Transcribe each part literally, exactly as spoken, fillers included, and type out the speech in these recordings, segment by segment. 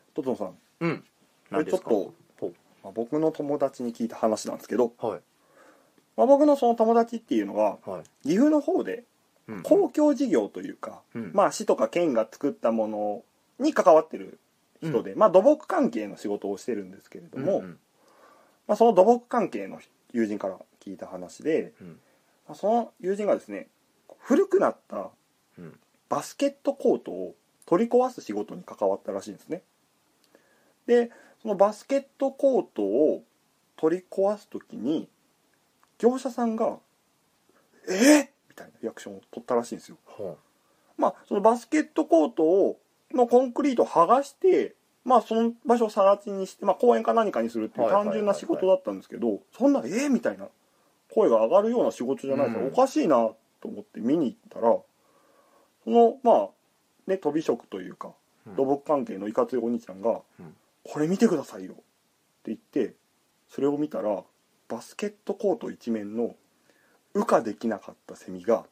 とつのさん、 うん、 これちょっと、まあ、僕の友達に聞いた話なんですけど、 はい、 まあ、僕のその友達っていうのは、 はい、 岐阜の方で公共事業というか、うん、まあ市とか県が作ったものに関わってる人で、うん、まあ土木関係の仕事をしてるんですけれども、うんうん、まあ、その土木関係の友人から聞いた話で、うん、まあ、その友人がですね、古くなったバスケットコートを取り壊す仕事に関わったらしいんですね。でそのバスケットコートを取り壊すときに業者さんが「えー!」みたいなリアクションを取ったらしいんですよ。はあ、まあそのバスケットコートをのコンクリートを剥がして、まあその場所を更地にして、まあ、公園か何かにするっていう単純な仕事だったんですけど、そんな「えー!」みたいな声が上がるような仕事じゃないから、うん、おかしいなと思って見に行ったら、そのまあね飛び職というか、うん、土木関係のいかついお兄ちゃんが、うん、これ見てくださいよって言って、それを見たらバスケットコート一面の羽化できなかったセミが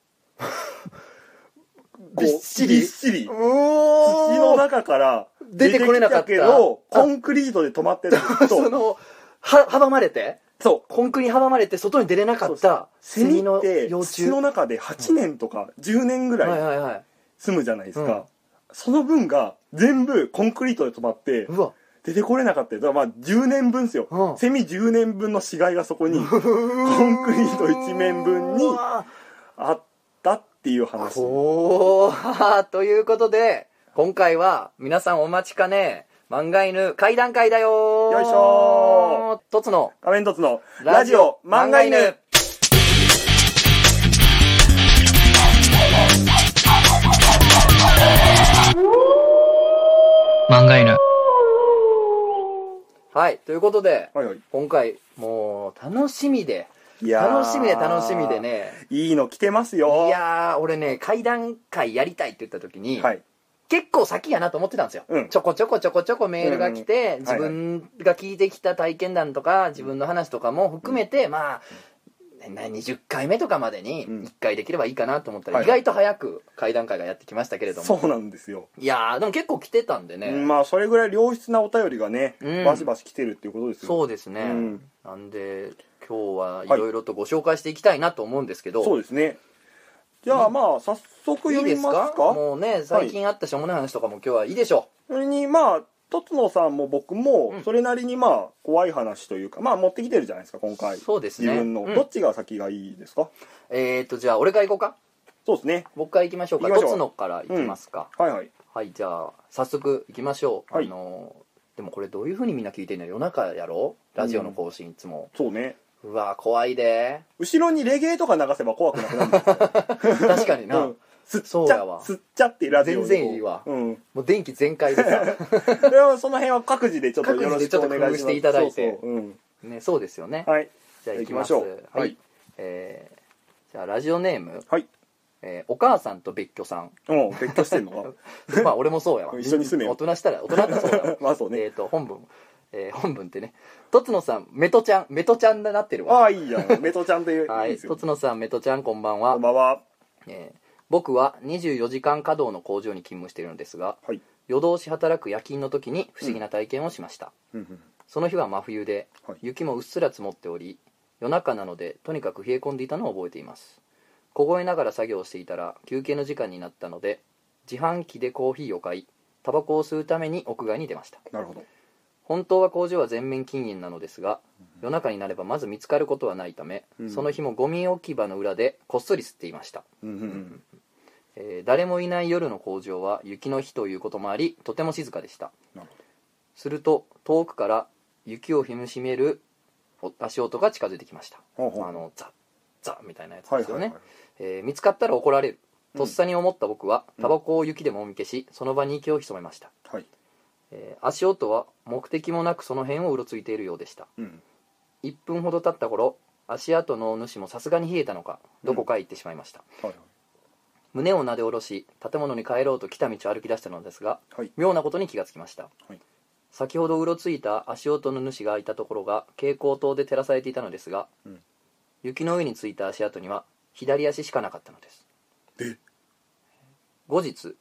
びっしりびっしり土の中から出てきたけどコンクリートで止まってるとそのは阻まれてそうコンクリに阻まれて外に出れなかったセミの幼虫、土の中ではちねんとかじゅうねんぐらい住むじゃないですか、うん、その分が全部コンクリートで止まってうわ出てこれなかったよ。だからまあじゅうねんぶんですよ、うん、セミじゅうねんぶんの死骸がそこにコンクリート一面分にあったっていう話。 おーということで今回は皆さんお待ちかね漫画犬怪談会だよー。 よいしょー。 とつの仮面とつのラジオ漫画犬。 漫画犬。はい、ということで、 はいはい、 今回もう楽しみでいや楽しみで楽しみでね、 いいの来てますよ。 いやー俺ね怪談会やりたいって言った時に、はい、結構先やなと思ってたんですよ、うん、ちょこちょこちょこちょこメールが来て、うん、自分が聞いてきた体験談とか自分の話とかも含めて、うん、まあにじゅっかいめとかまでにいっかいできればいいかなと思ったら、意外と早く怪談会がやってきましたけれども、 そうなんですよ。 いやーでも結構来てたんでね、 うん、まあそれぐらい良質なお便りがね、うん、バシバシ来てるっていうことですよ。 そうですね、うん、なんで今日はいろいろとご紹介していきたいなと思うんですけど、 はい、そうですね。じゃあまあ早速読みますか。いいですか。 もうね最近あったしょうもない話とかも今日はいいでしょう。それにまあとつのさんも僕もそれなりにまあ怖い話というか、まあ持ってきてるじゃないですか今回。 そうですね。 自分の、うん、どっちが先がいいですか。 えーとじゃあ俺から行こうか。 そうですね。 僕から行きましょうか。とつのから行きますか、 うん、はいはいはい。じゃあ早速行きましょう、 はい、 あのでもこれどういう風にみんな聞いてんの。夜中やろラジオの更新いつも、 うん、そうね。 うわ怖いで。 後ろにレゲエとか流せば怖くなくなるんですよ確かにな、うんすっちゃすっちゃってラジオ全然いいわ、うん、もう電気全開でさその辺は各自でちょっとよろしくお願いします。各自でちょっと工夫していただいて、そうそう、うん、ね、そうですよね。 はい、 じゃあ行きましょう。はい、はい、えー、じゃあラジオネーム、 はい、 えー、お母さんと別居さん。 お別居してんのかまあ俺もそうやわ一緒に住めよ。 大人したら大人だったらそうやわまあそうね。 えっ、ー、と本文えー、本文ってね、とつのさん、メトちゃん、メトちゃんになってるわ。 ああ、いいじゃん。メトちゃんという。 はい、とつのさん、メトちゃん、こんばんは。 こんばんは。 えー、僕はにじゅうよじかん稼働の工場に勤務しているのですが、はい、夜通し働く夜勤の時に不思議な体験をしました。うん、その日は真冬で、はい、雪もうっすら積もっており、夜中なのでとにかく冷え込んでいたのを覚えています。凍えながら作業をしていたら休憩の時間になったので、自販機でコーヒーを買い、タバコを吸うために屋外に出ました。 なるほど。 本当は工場は全面禁煙なのですが、夜中になればまず見つかることはないため、うん、その日もゴミ置き場の裏でこっそり吸っていました。うんうんうんえー、誰もいない夜の工場は雪の日ということもあり、とても静かでした。すると遠くから雪を踏みしめる足音が近づいてきました。ほうほう、あのザッザッみたいなやつですよね。はいはいはい、えー、見つかったら怒られるとっさに思った僕は、タバコを雪でもみ消し、その場に息を潜めました。はい、えー、足音は目的もなくその辺をうろついているようでした。うん、いっぷんほど経った頃、足跡の主もさすがに冷えたのかどこかへ行ってしまいました。うんはいはい、胸をなで下ろし建物に帰ろうと来た道を歩き出したのですが、はい、妙なことに気がつきました。はい、先ほどうろついた足音の主がいたところが蛍光灯で照らされていたのですが、うん、雪の上についた足跡には左足しかなかったのです。 え？ 後日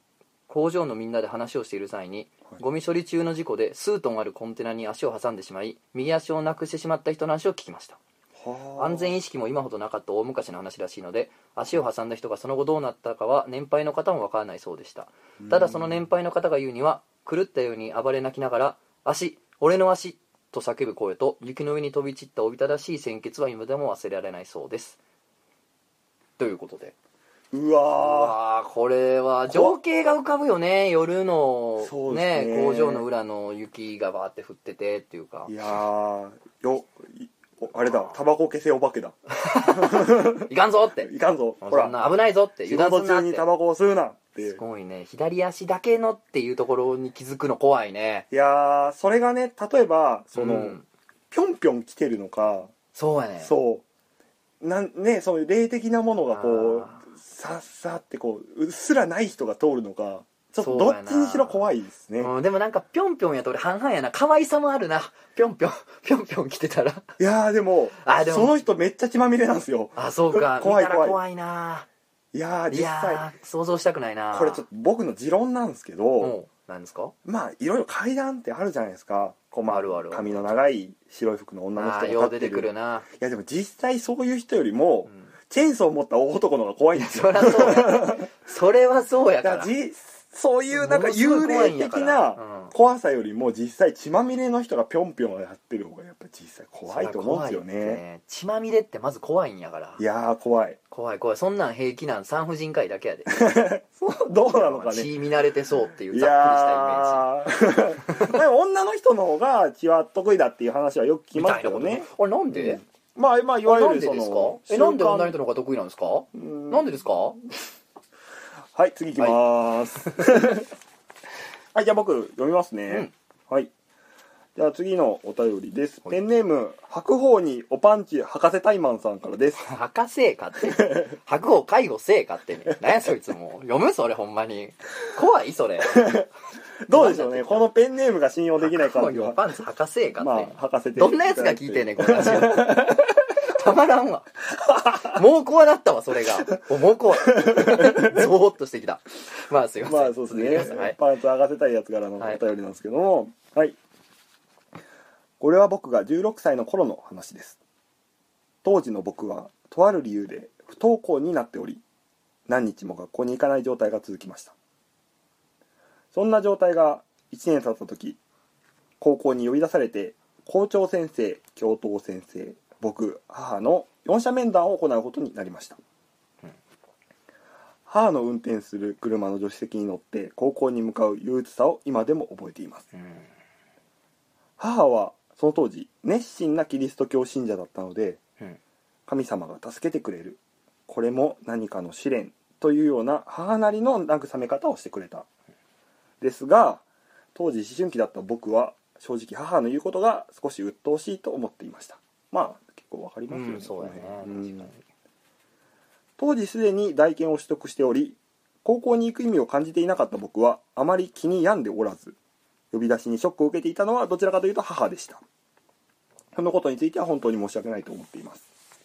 工場のみんなで話をしている際に、はい、ゴミ処理中の事故で数トンあるコンテナに足を挟んでしまい右足をなくしてしまった人の話を聞きました。安全意識も今ほどなかった大昔の話らしいので、足を挟んだ人がその後どうなったかは年配の方もわからないそうでした。ただその年配の方が言うには、狂ったように暴れ泣きながら足、俺の足と叫ぶ声と雪の上に飛び散ったおびただしい鮮血は今でも忘れられないそうです。ということで、 うわー、うわー、これは情景が浮かぶよね。夜の、ね、 ね、 工場の裏の雪がバーって降っててっていうか、 いやーよ、あれだ、タバコ消せお化けだいかんぞっていかんぞ、 ほらそんな危ないぞって、 油断するなって、仕事中にタバコを吸うなって。 すごいね、左足だけのっていうところに気づくの怖いね。 いやー、それがね、例えばその、うん、ぴょんぴょん来てるのか、 そうやね、 そうなんね、そういう霊的なものがこうさっさってこううっすらない人が通るのか、ちょっとどっちにしろ怖いですね。 うん、でもなんかぴょんぴょんやと俺半々やな。可愛さもあるな、ぴょんぴょんぴょんぴょん来てたら。 いやーでもあでもその人めっちゃ血まみれなんですよ。 あ、そうか、 怖い見たら怖いな。 いやー実際想像したくないな。 これちょっと僕の持論なんですけど、 何ですか。 まあいろいろ階段ってあるじゃないですか。こう、まあ、 あるある、 髪の長い白い服の女の人が立ってる。 あー、よう出てくるな。 いやでも実際そういう人よりも、うん、チェーンソーを持った大男の方が怖いんですよ。 そりゃそうやそれはそうやから。 だからじそういうなんか幽霊的な怖さよりも実際血まみれの人がぴょんぴょんやってる方がやっぱ実際怖いと思うんですよね。ね、 血まみれってまず怖いんやから。 いやー怖い怖い怖い。そんなん平気なん産婦人科医だけやでそうどうなのかね。 血見慣れてそうっていうざっくりしたイメージ。 でも女の人の方が血は得意だっていう話はよく聞きますけどね。 あれなんで、うん、 まあまあいわゆるそのなんでですか。え、なんで女の人の方が得意なんですか。んなんでですか。 はい次いきまーす、はいはい、じゃあ僕読みますね、うん、はいじゃあ次のお便りです。ペンネーム白鵬におパンチ博士タイマンさんからです。 博士かって白鵬介護せえかってね。何やそいつも読むそれほんまに怖いそれどうでしょうねこのペンネームが信用できない感じは。 白鵬におパンチ博士かって、まあ、 博士どんなやつが聞いてんねんこの話たまらんわもう怖だったわそれがもう怖いゾーっとしてきた。まあすいません。 まあそうですね、はい、パンツ上がせたいやつからのお便りなんですけども、はい、はい、これは僕がじゅうろくさいの頃の話です。当時の僕はとある理由で不登校になっており、何日も学校に行かない状態が続きました。そんな状態がいちねん経った時、高校に呼び出されて校長先生、教頭先生、僕、母のよん者面談を行うことになりました、うん、母の運転する車の助手席に乗って高校に向かう憂鬱さを今でも覚えています、うん、母はその当時熱心なキリスト教信者だったので、うん、神様が助けてくれる、これも何かの試練というような母なりの慰め方をしてくれた、ですが当時思春期だった僕は正直母の言うことが少し鬱陶しいと思っていました。まあ結構わかりますよね、うん、 そうだね、うん、 当時すでに大検を取得しており高校に行く意味を感じていなかった僕はあまり気に病んでおらず、呼び出しにショックを受けていたのはどちらかというと母でした。そのことについては本当に申し訳ないと思っています。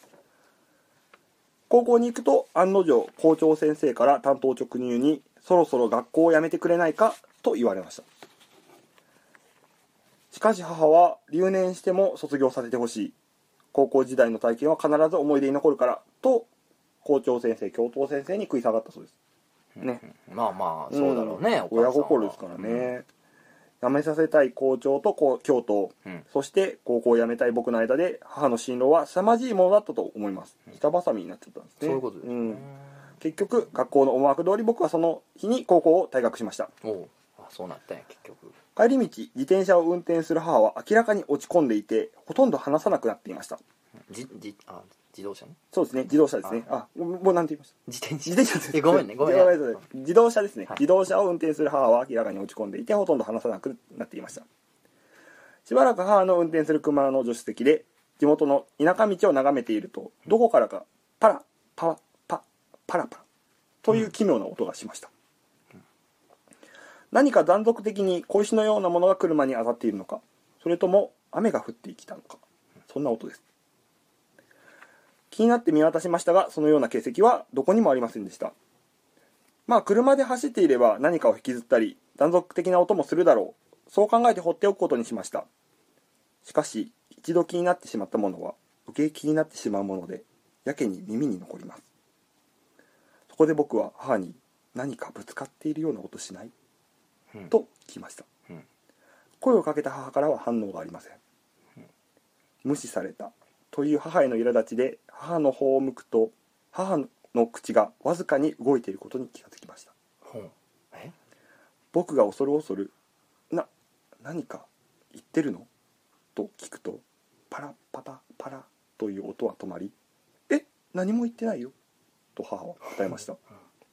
高校に行くと案の定校長先生から担当直入にそろそろ学校を辞めてくれないかと言われました。しかし母は留年しても卒業させてほしい、高校時代の体験は必ず思い出に残るからと校長先生、教頭先生に食い下がったそうです、ね、 まあまあそうだろうね、 うん、親心ですからね、うん、辞めさせたい校長と教頭、うん、そして高校を辞めたい僕の間で母の進路は凄まじいものだったと思います。下挟みになっちゃったんですね。 そういうことですね、うん、 結局学校の思惑通り僕はその日に高校を退学しました。 おう、あ、そうなったんや結局。 帰り道自転車を運転する母は明らかに落ち込んでいてほとんど話さなくなっていました。 じじあ自動車ね。 そうですね、自動車ですね。あ、もう何て言いました。 自転車。 自転車です。 ごめんね、ごめんね。 自動車ですね、はい。自動車を運転する母は明らかに落ち込んでいてほとんど話さなくなっていました。しばらく母の運転する車の助手席で地元の田舎道を眺めていると、どこからかパラパラパパラパラという奇妙な音がしました。うん、何か断続的に小石のようなものが車に当たっているのか、それとも雨が降ってきたのか、そんな音です。気になって見渡しましたが、そのような形跡はどこにもありませんでした。 まあ車で走っていれば何かを引きずったり断続的な音もするだろう、そう考えて放っておくことにしました。しかし一度気になってしまったものは余計気になってしまうもので、やけに耳に残ります。そこで僕は母に、何かぶつかっているような音しない、うん、と聞きました、うん、声をかけた母からは反応がありません、うん、無視されたという母への苛立ちで母の方を向くと、母の口がわずかに動いていることに気がつきました、うん、え僕が恐る恐るな何か言ってるのと聞くと、パラパパパラという音は止まり、え何も言ってないよと母は答えました、うん、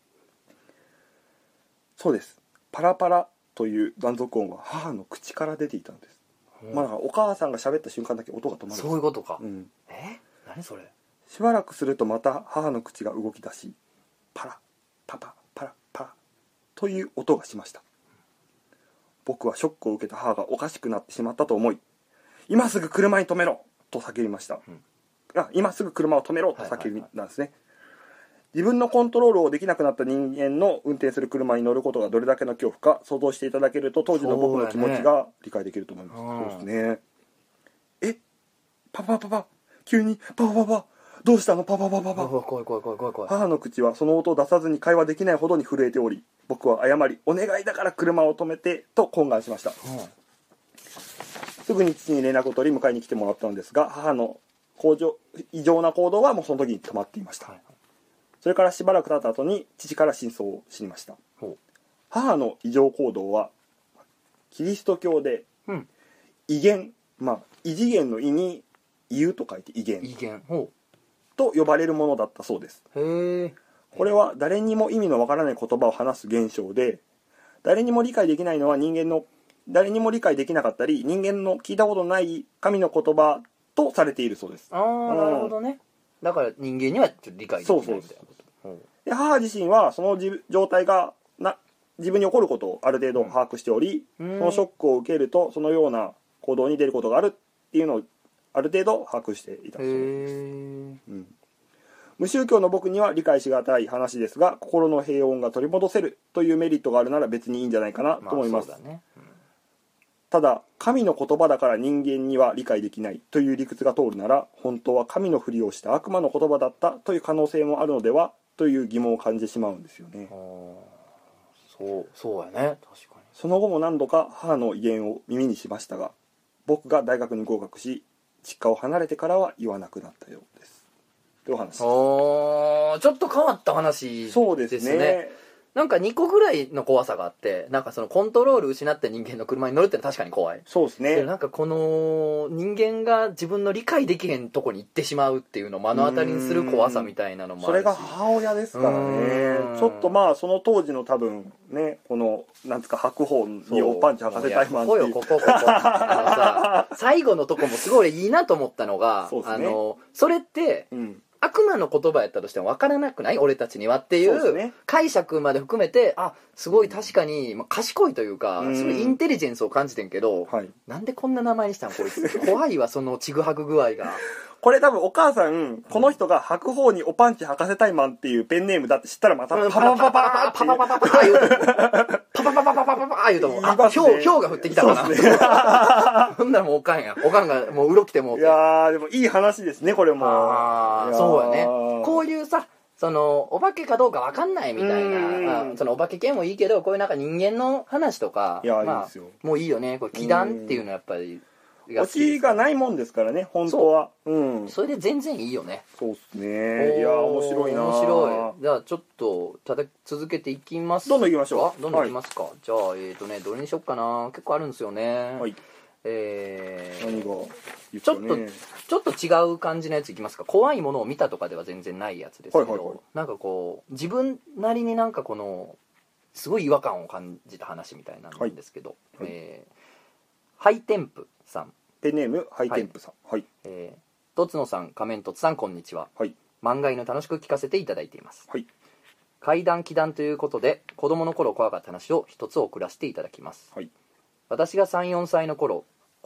そうです、パラパラという断続音は母の口から出ていたのです、うん、まあお母さんが喋った瞬間だけ音が止まる。 そういうことか、 うん、 え何それ。 しばらくするとまた母の口が動き出し、パラパパパラパラという音がしました。僕はショックを受けた母がおかしくなってしまったと思い、今すぐ車に止めろと叫びました、うん、あ今すぐ車を止めろと叫びなんですね、はいはいはい、自分のコントロールをできなくなった人間の運転する車に乗ることがどれだけの恐怖か想像していただけると、当時の僕の気持ちが理解できると思います。そう、そうですね。えパパパパ急にパパパパどうしたのパパパパパ。 怖い怖い怖い怖い怖い。 母の口はその音を出さずに会話できないほどに震えており、僕は謝り、お願いだから車を止めてと懇願しました、うん、すぐに父に連絡を取り迎えに来てもらったのですが、母の向上異常な行動はもうその時に止まっていました、はい、それからしばらく経った後に父から真相を知りました。母の異常行動はキリスト教で、うん、異言、まあ異次元の異に異うと書いて異言、 異言ほうと呼ばれるものだったそうです。 へー。 これは誰にも意味のわからない言葉を話す現象で、誰にも理解できないのは人間の誰にも理解できなかったり、人間の聞いたことない神の言葉とされているそうです。 ああ、うん、なるほどね。だから人間にはちょっと理解できないみたいなこと。そうそうです。 で母自身はその状態がな自分に起こることをある程度把握しており、うん、そのショックを受けるとそのような行動に出ることがあるっていうのをある程度把握していたそうです。うん、無宗教の僕には理解しがたい話ですが、心の平穏が取り戻せるというメリットがあるなら別にいいんじゃないかなと思います。まあそうだね。うん、ただ神の言葉だから人間には理解できないという理屈が通るなら、本当は神のふりをした悪魔の言葉だったという可能性もあるのではという疑問を感じてしまうんですよね。あ、 そうそうやね、確かに。 その後も何度か母の威厳を耳にしましたが、僕が大学に合格し実家を離れてからは言わなくなったようですという話です。 ああ、ちょっと変わった話ですね。 そうですね。 なんかにこぐらいの怖さがあって、なんかそのコントロール失った人間の車に乗るってのは確かに怖い。 そうですね。 でなんかこの人間が自分の理解できへんとこに行ってしまうっていうのを目の当たりにする怖さみたいなのもあるし、 それが母親ですからね。ちょっとまあその当時の多分ね、このなんつうか白鵬におパンチ履かせたいマンっていう。 ここよここここ。あのさ、最後のとこもすごいいいなと思ったのが、そうですね、あのそれって。うん、悪魔の言葉やったとしても分からなくない？俺たちにはっていう解釈まで含めて、あ、すごい確かに、まあ、賢いというか、すごいインテリジェンスを感じてんけど、はい、なんでこんな名前にしたんこいつ。怖いわ、そのちぐはぐ具合が。 これ多分お母さん、この人が白鵬におパンチ履かせたいマンっていうペンネームだって知ったらまたパパパパパパパパパパパ言うと思う。パパパパパパパパ言うと思う。あ、ひょう、ひょうが降ってきたかな。そんならもうおかんや。おかんがもううろきてもうて。いやー、でもいい話ですね、これも。 あー、そうやね。こういうさ、そのお化けかどうか分かんないみたいな、そのお化け系もいいけど、こういうなんか人間の話とか、 いや、 まあ、 いいですよ。 もういいよね。これ奇談っていうのはやっぱりオチがないもんですからね、本当は。 う、うん、それで全然いいよね。 そうっすね。いや面白いな。 面白い。じゃあちょっとただ続けていきますか。 どんどんいきましょう。どんどんいきますか、はい、じゃあえっ、ー、とねどれにしよっかな。結構あるんですよね。はい。えー、 何がちょっとちょっと違う感じのやついきますか。怖いものを見たとかでは全然ないやつですけど、はいはいはい、なんかこう自分なりになんかこのすごい違和感を感じた話みたいなんですけど、はいはい、えー、ハイテンプさん、 ペンネームハイテンプさん、はい、 えー、とつのさん、仮面とつさん、こんにちは、はい、漫画犬楽しく聞かせていただいています、はい、怪談奇談ということで子供の頃怖かった話を一つ送らせていただきます、はい、私がさん、よんさいの頃、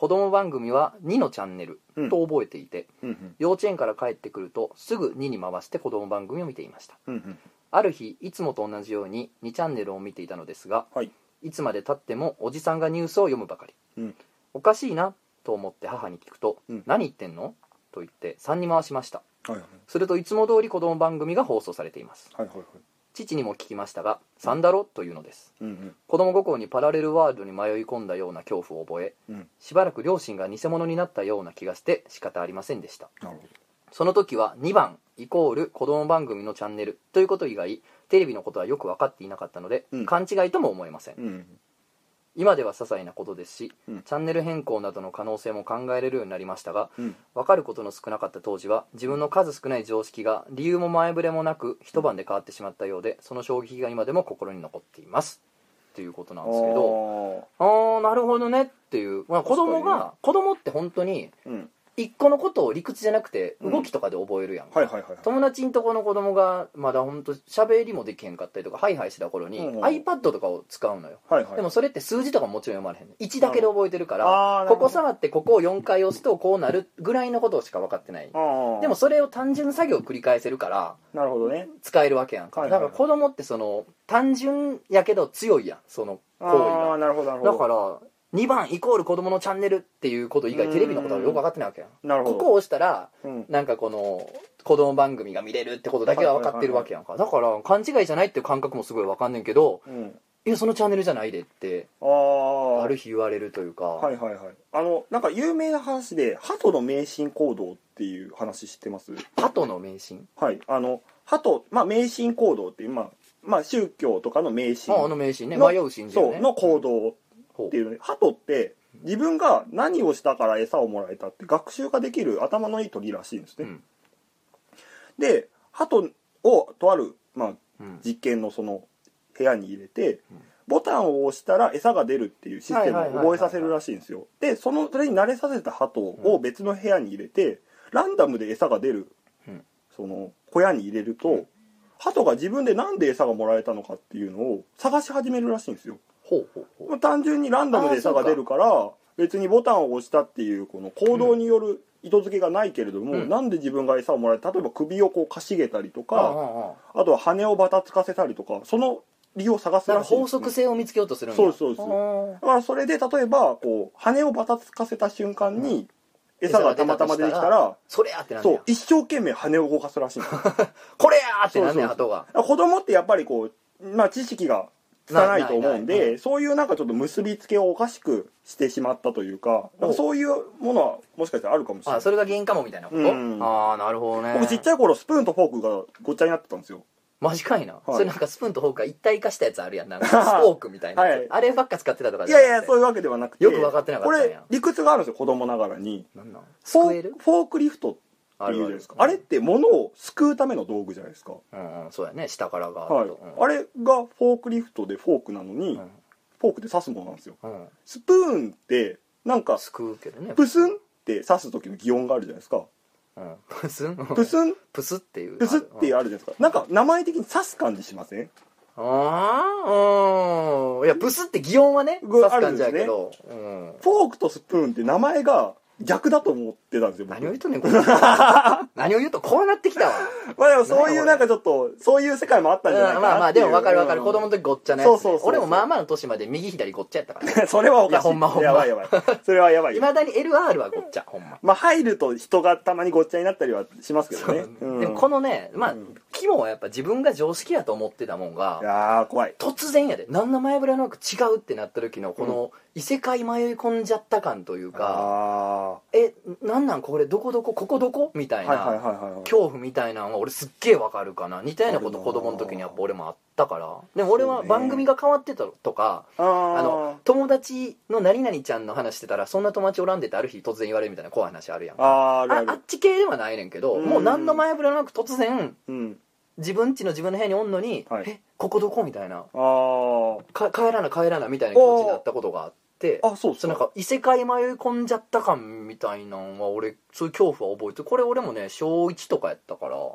子供番組はにのチャンネルと覚えていて、 うんうん幼稚園から帰ってくるとすぐにに回して子供番組を見ていました。 うんうんある日いつもと同じようににチャンネルを見ていたのですが、 はいいつまで経ってもおじさんがニュースを読むばかり。 うんおかしいなと思って母に聞くと、 うん何言ってんのと言ってさんに回しました。 はいはいするといつも通り子供番組が放送されています。 はいはいはい父にも聞きましたが、さんだろというのです。 うんうん子供心にパラレルワールドに迷い込んだような恐怖を覚え、 うんしばらく両親が偽物になったような気がして仕方ありませんでした。 なるほその時はにばんイコール子供番組のチャンネルということ以外テレビのことはよく分かっていなかったので、 うん勘違いとも思えません。 どうん今では些細なことですし、 うんチャンネル変更などの可能性も考えられるようになりましたが、 うん分かることの少なかった当時は自分の数少ない常識が理由も前触れもなく一晩で変わってしまったようで、その衝撃が今でも心に残っていますっていうことなんですけど、 ああーなるほどねっていう、まあ、子供確かにねが、子供って本当にーうん一個のことを理屈じゃなくて動きとかで覚えるやんか、 はいはいはいはい友達んとこの子供がまだ本当喋りもできへんかったりとかハイハイしてた頃に、 うんうん iPad とかを使うのよ。 はいはいでもそれって数字とかももちろん読まれへんねんいちだけで覚えてるかあーら、 なるほどここ触ってここをよんかい押すとこうなるぐらいのことしか分かってない。 あーでもそれを単純作業を繰り返せるからなるほどね使えるわけやんか、 はいはいはいだから子供ってその単純やけど強いやんその行為が。 ああなるほどなるほどだからにばんイコール子供のチャンネルっていうこと以外テレビのことはよく分かってないわけやん。 なるほどここを押したらうんなんかこの子供番組が見れるってことだけは分かってるわけやんか。だから勘違いじゃないっていう感覚もすごい分かんねんけど、 うんいやそのチャンネルじゃないでってああある日言われるというか、 はいはいはいあのなんか有名な話で鳩の迷信行動っていう話知ってます？ 鳩の迷信、 はいあの鳩まあ迷信行動っていうまあまあ宗教とかの迷信ああの迷信ねの迷う信じるねそうの行動ほうっていうね鳩って自分が何をしたから餌をもらえたって学習ができる頭のいい鳥らしいんですね、 うんで鳩をとある、まあ、 うん実験のその部屋に入れて、ボタンを押したら餌が出るっていうシステムを覚えさせるらしいんですよ。でそのそれに慣れさせた鳩を別の部屋に入れてランダムで餌が出る、 うんその小屋に入れると、 うん鳩が自分でなんで餌がもらえたのかっていうのを探し始めるらしいんですよ。 ほうほうほう単純にランダムで餌が出るから別にボタンを押したっていうこの行動による意図付けがないけれども、 うんなんで自分が餌をもらえた例えば首をこうかしげたりとああか、 あああとは羽をバタつかせたりとかその理由を探すなんか法らしいんです、ね、 則性を見つけようとするんや。 そうそうそうあだからそれで例えばこう羽をバタつかせた瞬間に餌がたまたま出てきたら、 それやってなんそうねや一生懸命羽を動かすらしいんですよこれやーってなんねんそうそう鳩が子供ってやっぱりこう、まあ、知識がつかないと思うんないないないでそういうなんかちょっと結びつけをおかしくしてしまったというかなんかそういうものはもしかしたらあるかもしれない。 あそれが原因かもみたいなこと、 うんああなるほどね。 僕ちっちゃい頃スプーンとフォークがごっちゃになってたんですよ。 マジかいな、 はいそれなんかスプーンとフォークが一体化したやつあるやんなんかスポークみたいなやつ、 はいあればっか使ってたとかいじゃなくてやいやそういうわけではなくてよく分かってなかったんやこれ理屈があるんですよ子供ながらに。 なんなんすフォくえるフォークリフトってあるあるいうじゃないですか。あれって物をすくうための道具じゃないですか。 うんうんそうやね下からがはいと、 あれがフォークリフトでフォークなのに、 うんフォークで刺すものなんですよ。 うん、うん、 スプーンってなんかすくうけどねプスンって刺す時の擬音があるじゃないですか。 うん、プスンプスンプスっていうプスっていうあるじゃないですか。なんか名前的に刺す感じしません？ ああうんいやプスって擬音はねぐ刺す感じやけど、うん、 フォークとスプーンって名前が逆だと思ってたんですよ僕。 何を言うとんねんこれ何を言うとこうなってきたわまあでもそういうなんかちょっとそういう世界もあったんじゃないかなまあまあっていうでも分かる分かる、 うん子供の時ごっちゃのやつ、ね、 そうそうそうそう俺もまあまあの年まで右左ごっちゃやったからねそれはおかしい。 いやほんまほんまやばいやばい。それはやばいいよ。 まだに エルアール はごっちゃほんままあ入ると人がたまにごっちゃになったりはしますけどね。うんでもこのねまあ、 うん肝はやっぱ自分が常識やと思ってたもんいがやー怖い。 突然やで何の前触れなく違うってなった時のこの異世界迷い込んじゃった感というか、 あえなんなんこれどこどこここどこみたいあはいはいはいなはいはい。 恐怖みたいなのは俺すっげえわかるかな。似たようなことあるな子供の時にやっぱ俺もあったから。でも俺はそうね番組が変わってたとかああーの友達の何々ちゃんの話してたらそんな友達おらんでってある日突然言われるみたいな怖い話あるやんか。 あーあるあるああっち系ではないねんけど、 うんもう何の前触れなく突然うん自分家の自分の部屋におんのに、 はいえここどこみたいなあーか帰らな帰らなみたいな気持ちになったことがあってあそうっすそうなんか異世界迷い込んじゃった感みたいなんは俺そういう恐怖は覚えて、これ俺もね小いちとかやったからあ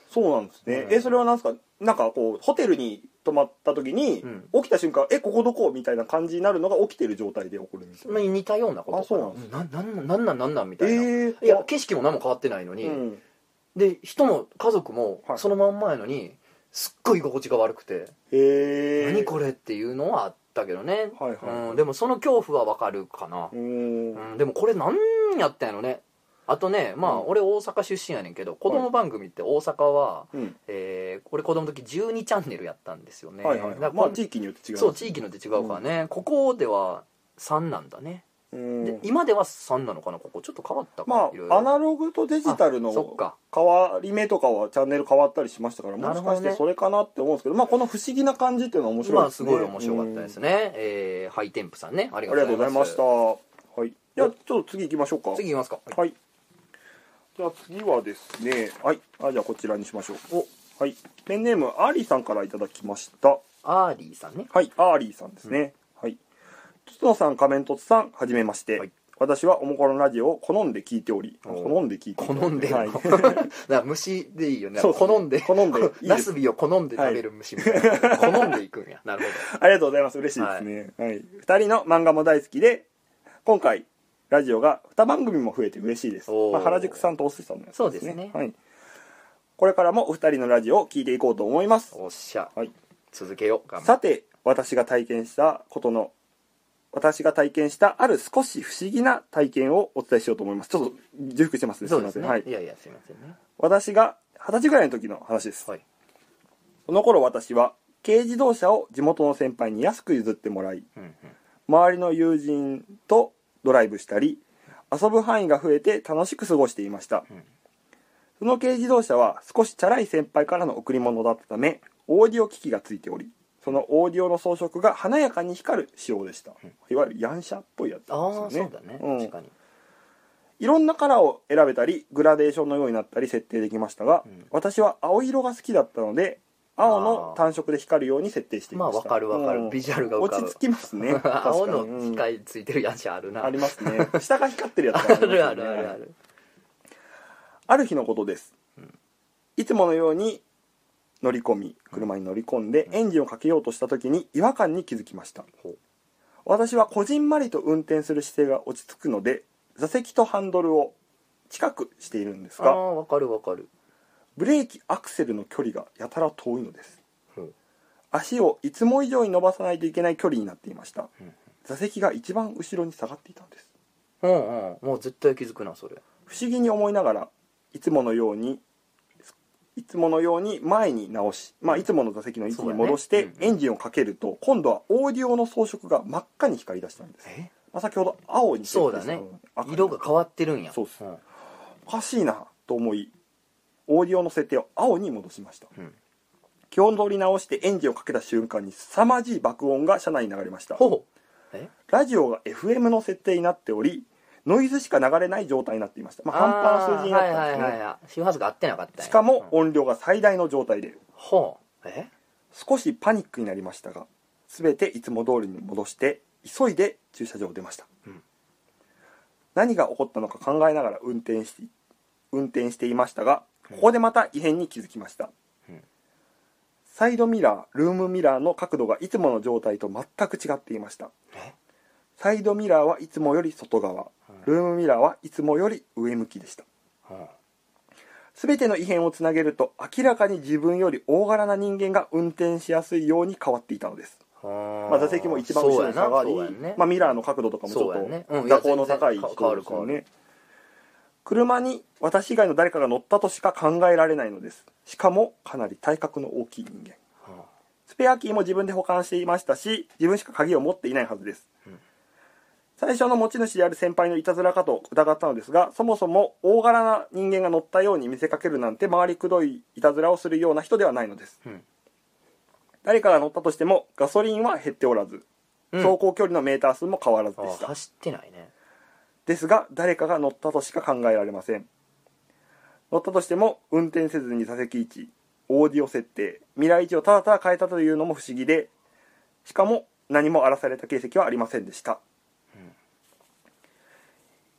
そうなんですね、うん、えそれはなんですか、なんかこうホテルに泊まった時に、うん、起きた瞬間えここどこみたいな感じになるのが起きてる状態で起こるみたいな、 似たようなことかな。 あそうなんですななんなんなんなんなんみたいな、えー、いや景色も何も変わってないのに、うん、で人も家族もそのまんまやのに、はい、すっごい居心地が悪くて、 へー何これっていうのはあったけどね、 はいはいはい、 うん、でもその恐怖はわかるかな、うん、でもこれ何やったんやろね。あとね、まあ、うん、俺大阪出身やねんけど子供番組って大阪は、はい、えー、俺子供の時じゅうにチャンネルやったんですよね、 はいはいはい、だからまあ地域によって違う、 そう地域によって違うからね、うん、ここではさんなんだね、うん、で今ではさんなのかな、ここちょっと変わったか、 まあアナログとデジタルの変わり目とかはチャンネル変わったりしましたから、もしかしてそれかなって思うんですけど、まあこの不思議な感じっていうのは面白いですね。 まあすごい面白かったですね、うん、えー、ハイテンプさんね、ありがとうございました。 はい、じゃあちょっと次行きましょうか。 次行きますか。 はい、はい、じゃあ次はですね、はい、あじゃあこちらにしましょう。お、はい、ペンネームアーリーさんからいただきました。 アーリーさんね。 はい、アーリーさんですね。うん、はい。つつのさん、仮面とつさん、はじめまして。はい、私はおもころラジオを好んで聞いており、好んで聞いており、 好んで、はい、だから虫でいいよね。好んで、 好んで、 ナスビを好んで食べる虫みたいな、はい、好んでいくんや。なるほど。 ありがとうございます。嬉しいですね。はい。はい、ふたりの漫画も大好きで、今回ラジオがにばんぐみも増えて嬉しいです。まあ、原宿さんとおすしさんのやつですね。 そうですね。 はい。これからもお二人のラジオを聞いていこうと思います。 おっしゃ。 はい。 続けよう。 さて、私が体験したことの私が体験したある少し不思議な体験をお伝えしようと思います。ちょっと重複してますね。 そうですね。 すいません。はい。 いやいやすいませんね。 私がはたちぐらいの時の話です。はい。その頃私は軽自動車を地元の先輩に安く譲ってもらい、うんうん、周りの友人とドライブしたり、遊ぶ範囲が増えて楽しく過ごしていました。うん、その軽自動車は少しチャラい先輩からの贈り物だったため、オーディオ機器がついており、そのオーディオの装飾が華やかに光る仕様でした、うん、いわゆるヤンシャっぽいやつですよね。 ああそうだね、うん、確かに。 いろんなカラーを選べたりグラデーションのようになったり設定できましたが、うん、私は青色が好きだったので青の単色で光るように設定していました。 まあわかるわかる、うん、ビジュアルが浮かぶ。 落ち着きますね青の光ついてるヤンシャあるな、 うん、ありますね。下が光ってるやつがあります、ね、あるあるあるある。 ある日のことです、うん、いつものように乗り込み車に乗り込んでエンジンをかけようとした時に違和感に気づきました。私はこじんまりと運転する姿勢が落ち着くので座席とハンドルを近くしているんですが、 あわかるわかる。 ブレーキアクセルの距離がやたら遠いのです。足をいつも以上に伸ばさないといけない距離になっていました。座席が一番後ろに下がっていたんです。 うんうん、もう絶対気づくなそれ。 不思議に思いながらいつものようにいつものように前に直し、まあ、いつもの座席の位置に戻してエンジンをかけると今度はオーディオの装飾が真っ赤に光り出したんです。まあ、先ほど青にそうだね、色が変わってるんや。 そうです、うん、おかしいなと思いオーディオの設定を青に戻しました、うん、気を取り直してエンジンをかけた瞬間に凄まじい爆音が車内に流れました。 ほうえラジオが エフエム の設定になっておりノイズしか流れない状態になっていました。まあ、半端な数字になったんですね。はいはいはい、 周波数が合ってなかったんや。 しかも音量が最大の状態で、うん、 ほうえ少しパニックになりましたが全ていつも通りに戻して急いで駐車場を出ました、うん、何が起こったのか考えながら運転し運転していましたがここでまた異変に気づきました、うん、サイドミラールームミラーの角度がいつもの状態と全く違っていました。サイドミラーはいつもより外側、ルームミラーはいつもより上向きでした。すべての異変をつなげると明らかに自分より大柄な人間が運転しやすいように変わっていたのです。まあ、座席も一番後ろに下がり、ね、まあ、ミラーの角度とかもちょっと蛇行の高い人ですよね。車に私以外の誰かが乗ったとしか考えられないのです。しかもかなり体格の大きい人間。スペアキーも自分で保管していましたし自分しか鍵を持っていないはずです、うん、最初の持ち主である先輩のいたずらかと疑ったのですがそもそも大柄な人間が乗ったように見せかけるなんて回りくどいいたずらをするような人ではないのです、うん、誰かが乗ったとしてもガソリンは減っておらず、うん、走行距離のメーター数も変わらずでした。 走ってないね。 ですが誰かが乗ったとしか考えられません。乗ったとしても運転せずに座席位置オーディオ設定ミラー位置をただただ変えたというのも不思議でしかも何も荒らされた形跡はありませんでした、うん、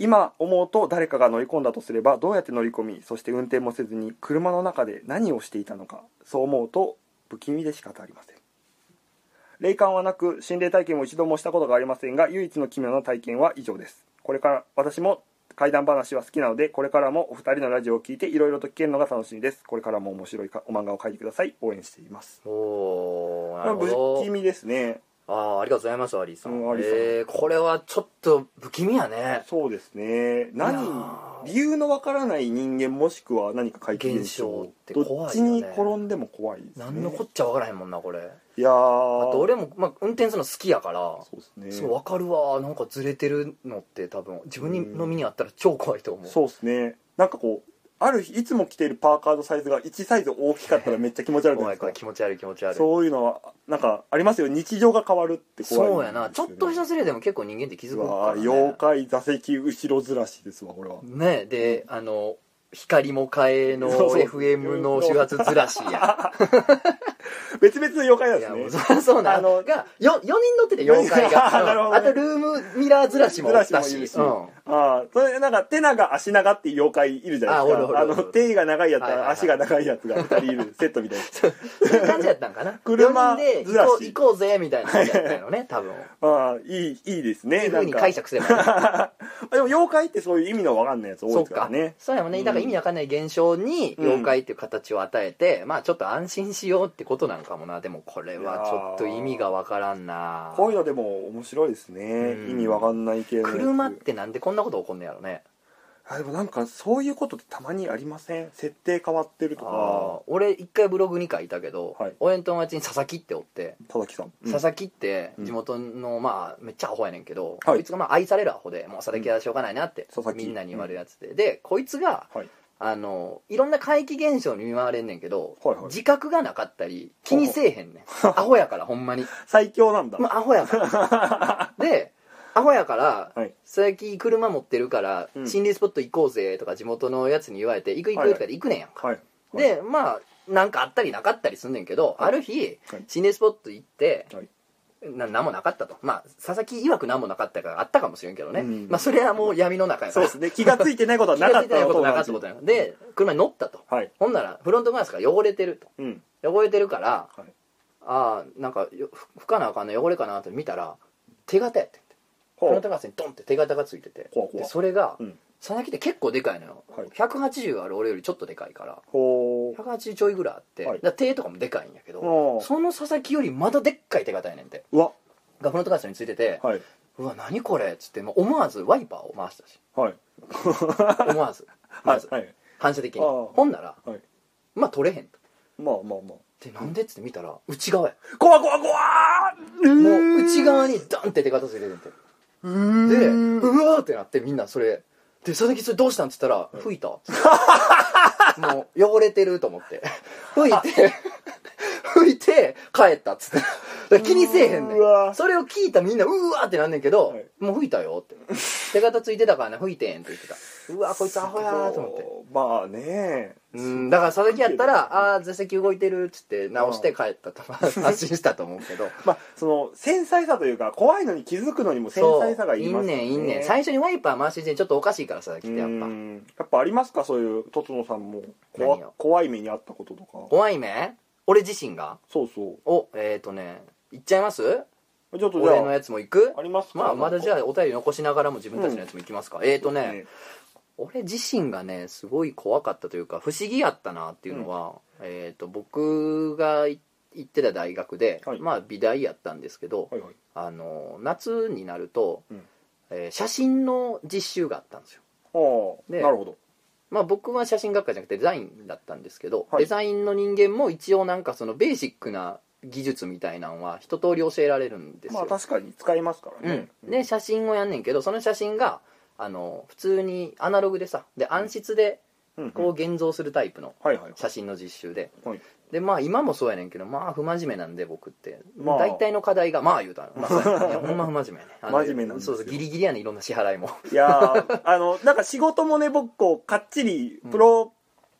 今思うと誰かが乗り込んだとすればどうやって乗り込み、そして運転もせずに車の中で何をしていたのか、そう思うと不気味で仕方ありません。霊感はなく心霊体験も一度もしたことがありませんが、唯一の奇妙な体験は以上です。これから私も怪談話は好きなので、これからもお二人のラジオを聞いていろいろと聞けるのが楽しみです。これからも面白いお漫画を描いてください。応援しています。 おー、なるほど。 不気味ですね。 あー、ありがとうございます、アリーさん。 うん、アリーさん。 えー、これはちょっと不気味やね。 そうですね。何理由のわからない人間もしくは何か怪奇現象って怖いよね。どっちに転んでも怖いですね。 何のこっちゃわからへんもんな、これ。 いやー、 あと俺も、まあ、運転するの好きやから、 そうですね。 そう分かるわ。なんかずれてるのって多分自分の身にあったら超怖いと思う。 そうですね。なんかこうある日いつも着ているパーカーのサイズがいちサイズ大きかったらめっちゃ気持ち悪いじゃないですか。 気持ち悪い気持ち悪い。 そういうのはなんかありますよ。日常が変わるって怖い、ね、 そうやな。ちょっとしたずれでも結構人間って気づくから、ね、 妖怪座席後ろずらしですわこれは。 ねで、あの光も変えの エフエム の周波数ずらしや。 別々の妖怪なんですね。 いやもうそうなのが よ, よにん乗ってて妖怪がなるほど、ね、 あとルームミラーずらしもおったし、 うん、あそれなんか手長足長っていう妖怪いるじゃないですか。 あ, あの手が長いやつ、はいはいはい、足が長いやつがふたりいるセットみたいなそういう感じやったんかな。 車でずらし行こう行こうぜみたいな感じやったのね多分。 あいいいいですね。 いい風に解釈すれば、ね、 でも妖怪ってそういう意味の分かんないやつ多いですからね。 そうやもんね、うん、だから意味わかんない現象に妖怪っていう形を与えて、うん、まあちょっと安心しようってことなのかもな。でもこれはちょっと意味がわからんな。 こういうのでも面白いですね、うん、意味わかんない系のやつ。 車ってなんでこんなこと起こんのやろね。 あでもなんかそういうことってたまにありません？設定変わってるとか。 俺一回ブログに書いたけど、はい、俺の友達に佐々木っておって、 佐々木さん、 うん、佐々木って地元のまあめっちゃアホやねんけど、はい、こいつがまあ愛されるアホでもう佐々木はしょうがないなって、うん、みんなに言われるやつで、うん、でこいつが、はい、あのいろんな怪奇現象に見舞われんねんけど、はいはい、自覚がなかったり気にせえへんねんアホやからほんまに最強なんだ。 まあ、アホやからでアホやから、はい、最近車持ってるから、うん、心霊スポット行こうぜとか地元のやつに言われて行く行くとかで行くねんやんか、はいはい、でまあなんかあったりなかったりすんねんけど、はい、ある日、はい、心霊スポット行って、はい、な何もなかったと。まあ佐々木曰く何もなかったからあったかもしれんけどね、うん、まあそれはもう闇の中やからそうですね。気がついてないことはなかった気がついてないことはなかったことやで車に乗ったと、はい、ほんならフロントガラスが汚れてると、うん、汚れてるから、はい、ああなんか拭かなあかんの汚れかなって見たら手形やってん。フロントガラスにドンって手形がついてて、ほうほうでそれが、うん、佐々木って結構でかいのよ、はい、ひゃくはちじゅうある俺よりちょっとでかいからひゃくはちじゅうちょいぐらいあって、はい、だ手とかもでかいんやけど、その佐々木よりまだでっかい手形やねんて。うわがフロントガラスについてて、はい、うわ何これっつってもう思わずワイパーを回したし、はい、思わずまず、はい、反射的にほんなら、はい、まあ取れへんと。 まあまあまあでなんでっつって見たら内側や。 怖怖怖ーもう内側にダンって手形ついてるんて。でうわーってなってみんなそれで佐々木それどうしたんっつったら、はい、拭いたっつってもう汚れてると思って拭いて拭いて帰ったっつって気にせえへんねん。それを聞いたみんなうわーってなんねんけど、はい、もう拭いたよって手形ついてたからね拭いてんって言ってた。うわこいつアホやーと思って。 まあねうんだから佐々木やったらあー座席動いてるっつって直して帰ったと安心したと思うけどまあその繊細さというか怖いのに気づくのにも繊細さがいりますよね。 いいねんいいねん。最初にワイパー回してちょっとおかしいから佐々木ってやっぱやっぱありますかそういうとつのさんも怖怖い目にあったこととか。 怖い目俺自身がそうそうおえっ、ー、とねいっちゃいます。 ちょっとじゃあ俺のやつも行く。 ありますか。 まあまだじゃあお便り残しながらも自分たちのやつも行きますか、うん、えっ、ー、とね、ね俺自身がねすごい怖かったというか不思議やったなっていうのは、うん、えー、と僕が行ってた大学で、はい、まあ美大やったんですけど、はいはい、あの夏になると、うんえー、写真の実習があったんですよ。 でなるほど。 まあ、僕は写真学科じゃなくてデザインだったんですけど、はい、デザインの人間も一応なんかそのベーシックな技術みたいなのは一通り教えられるんですよ。 まあ確かに使いますからね、 うん、で写真をやんねんけどその写真があの普通にアナログでさで暗室でこう現像するタイプの写真の実習で、はいはい、でまあ今もそうやねんけどまあ不真面目なんで僕って、まあ、大体の課題がまあ言うたら、まあ、いやほんま不真面目ね真面目なんですよ。 そうそうギリギリやねいろんな支払いもいやあのなんか仕事もね僕こうかっちりプロ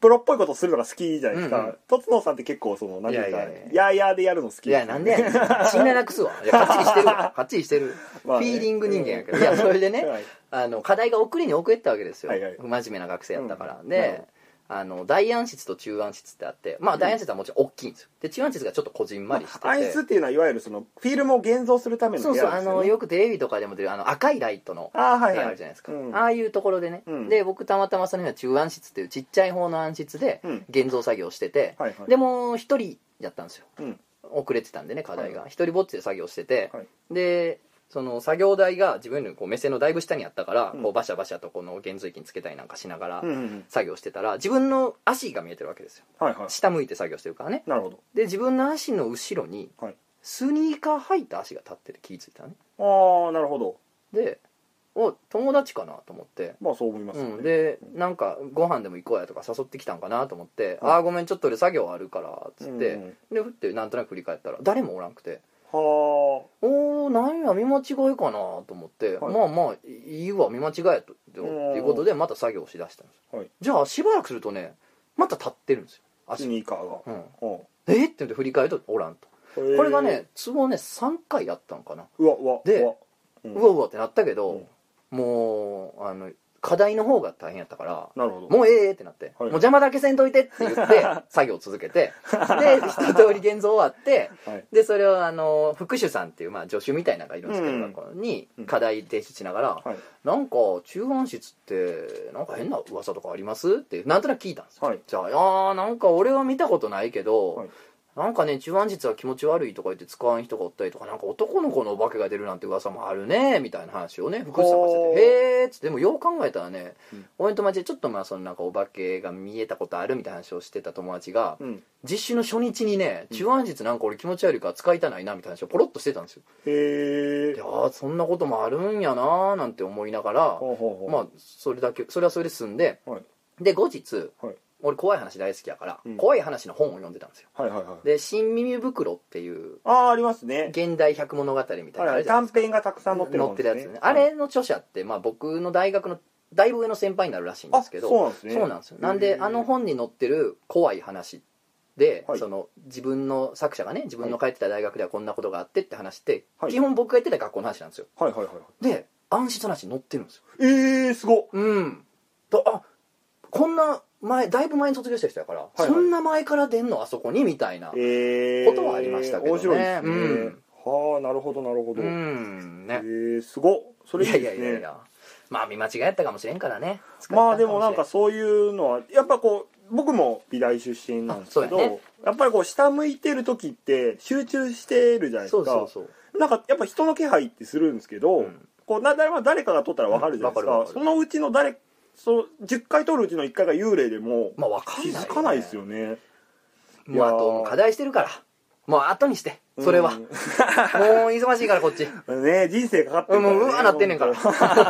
プロっぽいことするのが好きじゃないですか。とつのさんって結構その何ですか、やーやーでやるの好き。 いやなんでやねん信頼なくすわ。いやかっちりしてるわ、かっちりしてる、まあね、フィーリング人間やけど、うん、いやそれでね、はい、あの課題が送りに遅れてたわけですよ、はいはい、不真面目な学生やったから、うん、で、あの大暗室と中暗室ってあって、まあ大暗室はもちろん大きいんですよ。で中暗室がちょっとこじんまりしてて、 暗室っていうのはいわゆるそのフィルムを現像するための部屋ですよね。 そうそう、あのよくテレビとかでも出るあの赤いライトの部屋あるじゃないですか、あ,、はいはい、ああいうところでね、うん、で僕たまたまその日は中暗室っていうちっちゃい方の暗室で現像作業してて、うんはいはい、でも一人やったんですよ、うん、遅れてたんでね課題が、はい、一人ぼっちで作業してて、はい、でその作業台が自分のこう目線のだいぶ下にあったから、うん、こうバシャバシャとこの現像機につけたりなんかしながら作業してたら、自分の足が見えてるわけですよ、はいはい、下向いて作業してるからね。 なるほど。 で自分の足の後ろにスニーカー履いた足が立ってて気づいたね。 ああなるほど。 でお友達かなと思って、 まあそう思いますよね、 うん、でなんかご飯でも行こうやとか誘ってきたんかなと思って、うん、ああごめんちょっと俺作業あるからっつって、うんうん、でふってなんとなく振り返ったら誰もおらんくて、はおーなんや見間違いかなと思って、はい、まあまあいいわ見間違いやとっていうことでまた作業しだしたんです、はい、じゃあしばらくするとねまた立ってるんですよ足スニーカーが、 うん、えっって言って振り返るとおらんと。これがね都合ねさんかいやったのかな。 うわうわでうわ、うん、うわうわってなったけど、うん、もうあの課題の方が大変やったから、なるほどもうええってなって、はい、もう邪魔だけせんといてって言って作業を続けてで一通り現像終わって、はい、でそれをあの副手さんっていう、まあ、助手みたいなのがいるんですけど、うん、学校に課題提出しながら、はい、なんか中暗室ってなんか変な噂とかありますってなんとなく聞いたんですよ、はい、じゃあいやーなんか俺は見たことないけど、はい、なんかね中暗室は気持ち悪いとか言って使わん人がおったりとか、なんか男の子のお化けが出るなんて噂もあるねみたいな話をね福士さんがしてて、へーっつって、でもよう考えたらね、うん、俺の友達でちょっとまあそのなんかお化けが見えたことあるみたいな話をしてた友達が、うん、実習の初日にね中暗室なんか俺気持ち悪いから使いたないなみたいな話をポロッとしてたんですよ。へー、いやーそんなこともあるんやなーなんて思いながら、ほうほうほう、まあそれだけそれはそれで済んで、はい、で後日、はい、俺怖い話大好きやから、うん、怖い話の本を読んでたんですよ、はいはいはい、で新耳袋っていうあありますね現代百物語みたいな、はいはい、 短編がたくさん載ってる本ですね、 載ってるやつね、はい、あれの著者って、まあ、僕の大学のだいぶ上の先輩になるらしいんですけど、 そうなんですね。 そうなんですよ。なんであの本に載ってる怖い話で、はい、その自分の作者がね自分の通ってた大学ではこんなことがあってって話って、はい、基本僕が言ってた学校の話なんですよ、はいはいはい、で暗室の話載ってるんですよ。 えーすごっ。 うんと、あこんな前だいぶ前に卒業した人やから、はいはい、そんな前から出んのあそこにみたいなことはありましたけどね、えー、面白いですね、うん、 はあなるほどなるほど、 うんね、 えー、すごっ。それいいですね。 いやいやいやいや、まあ見間違いやったかもしれんからね。 まあでもなんかそういうのはやっぱこう僕も美大出身なんですけど、ね、やっぱりこう下向いてる時って集中してるじゃないですか。そうそうそう。なんかやっぱ人の気配ってするんですけど、うん、こうな誰かが撮ったら分かるじゃないですか、うん、そのうちの誰そうじゅっかい撮るうちのいっかいが幽霊でも、まあ、分かんないよね、気づかないですよね。 もうあと課題してるからもう後にしてそれは、うん、もう忙しいからこっちね人生かかってるから、ね、 もううわなってんねんから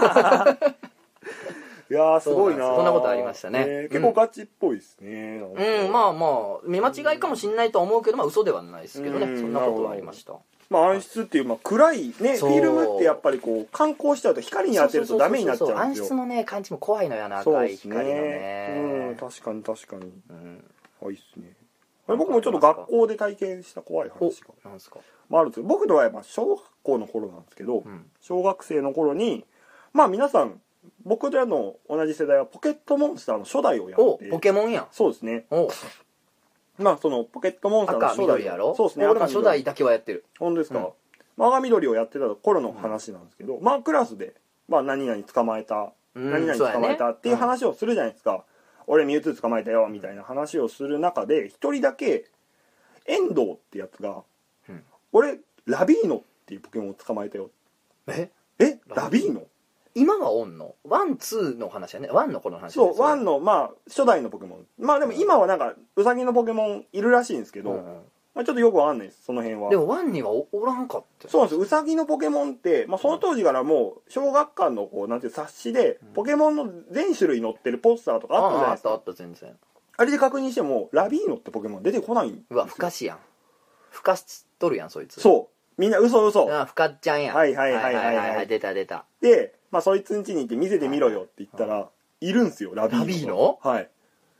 いやーすごいな。 そ, そんなことありましたね、 えー、結構ガチっぽいですね、 うん、うん、まあまあ見間違いかもしんないとは思うけど、まあ嘘ではないですけどね、うん、そんなことはありました。 まあ暗室っていう、まあ、暗いねフィルムってやっぱりこう観光しちゃうと光に当てるとダメになっちゃうんですよ。 暗室のね感じも怖いのよな、赤い光のね、 うん、確かに確かに、うん、はいっすね。僕もちょっと学校で体験した怖い話がなんですか、 まあ、あるんですよ。僕のはまあ小学校の頃なんですけど、うん、小学生の頃にまあ皆さん僕らの同じ世代はポケットモンスターの初代をやって、 ポケモンやん。 そうですね。おまあそのポケットモンスターの初代、 赤緑やろ。 そうですね。 俺も初代だけはやってる。 本当ですか、うん、まあ、赤緑をやってた頃の話なんですけど、うん、まあクラスでまあ何々捕まえた、うん、何々捕まえたっていう話をするじゃないですか、うん、俺ミュウツー捕まえたよみたいな話をする中で一人だけ遠藤ってやつが、うん、俺ラビーノっていうポケモンを捕まえたよ。ええラビーノ今はオンのワンツーの話やね。ワンの頃の話、ね、 そうワンのまあ初代のポケモン、まあでも今はなんかウサギのポケモンいるらしいんですけど、うん、まあ、ちょっとよくわかんないですその辺は。 でもワンには お, おらんかった。 そうなんですよ。ウサギのポケモンって、まあ、その当時からもう小学館のこうなんていう冊子でポケモンの全種類載ってるポスターとかあったじゃないですか。 あああったあった全然。 あれで確認してもラビーノってポケモン出てこないんですよ。 うわふかしやん。ふかしとるやんそいつ。 そうみんな嘘嘘。 ああふかっちゃんやん。 はいはいはいはいはい、はい、 出た出た。 でまあそいつん家に行って見せてみろよって言ったら、はい、いるんすよラビーノ。 ラビーノ？ はい。